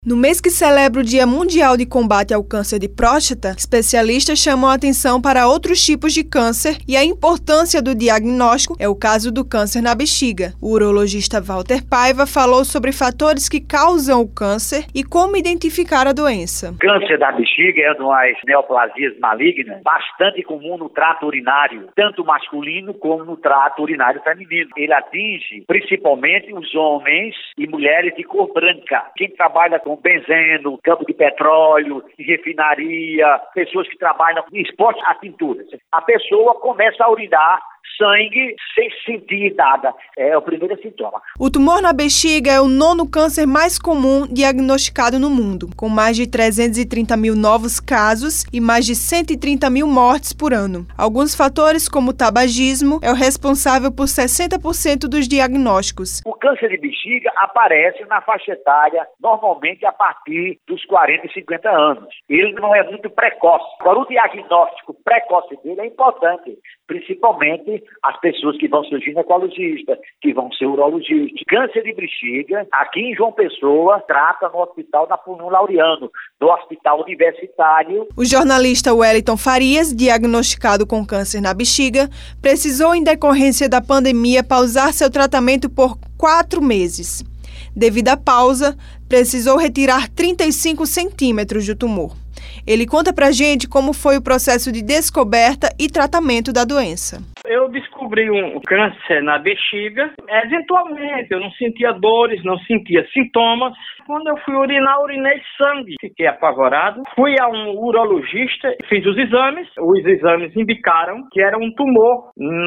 No mês que celebra o Dia Mundial de Combate ao Câncer de Próstata, especialistas chamam a atenção para outros tipos de câncer e a importância do diagnóstico é o caso do câncer na bexiga. O urologista Walter Paiva falou sobre fatores que causam o câncer e como identificar a doença. Câncer da bexiga é uma das neoplasias malignas bastante comum no trato urinário, tanto masculino como no trato urinário feminino. Ele atinge principalmente os homens e mulheres de cor branca. Quem trabalha com benzeno, campo de petróleo, refinaria, pessoas que trabalham em esporte a pinturas. A pessoa começa a urinar sangue sem sentir nada. É o primeiro sintoma. O tumor na bexiga é o 9º câncer mais comum diagnosticado no mundo, com mais de 330 mil novos casos e mais de 130 mil mortes por ano. Alguns fatores, como o tabagismo, é o responsável por 60% dos diagnósticos. O câncer de bexiga aparece na faixa etária, normalmente a partir dos 40 e 50 anos. Ele não é muito precoce. Agora, o diagnóstico precoce dele é importante, principalmente as pessoas que vão ser ginecologistas, que vão ser urologistas. Câncer de bexiga, aqui em João Pessoa, trata no Hospital Napoleão Laureano, no Hospital Universitário. O jornalista Wellington Farias, diagnosticado com câncer na bexiga, precisou, em decorrência da pandemia, pausar seu tratamento por 4 meses. Devido à pausa, precisou retirar 35 centímetros do tumor. Ele conta pra gente como foi o processo de descoberta e tratamento da doença. Eu descobri um câncer na bexiga. Eventualmente, eu não sentia dores, não sentia sintomas. Quando eu fui urinar, urinei sangue. Fiquei apavorado. Fui a um urologista, fiz os exames. Os exames indicaram que era um tumor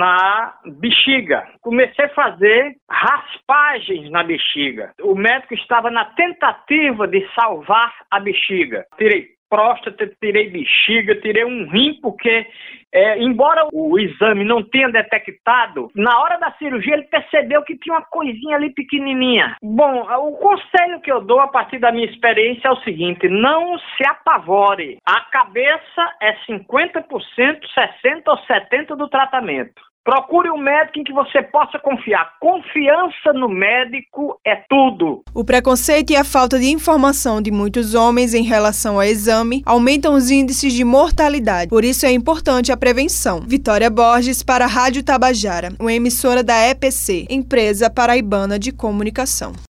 na bexiga. Comecei a fazer raspagens na bexiga. O médico estava na tentativa de salvar a bexiga. Tirei próstata, tirei bexiga, tirei um rim, porque embora o exame não tenha detectado, na hora da cirurgia ele percebeu que tinha uma coisinha ali pequenininha. Bom, o conselho que eu dou a partir da minha experiência é o seguinte: não se apavore. A cabeça é 50%, 60% ou 70% do tratamento. Procure um médico em que você possa confiar. Confiança no médico é tudo. O preconceito e a falta de informação de muitos homens em relação ao exame aumentam os índices de mortalidade. Por isso é importante a prevenção. Vitória Borges para a Rádio Tabajara, uma emissora da EPC, Empresa Paraibana de Comunicação.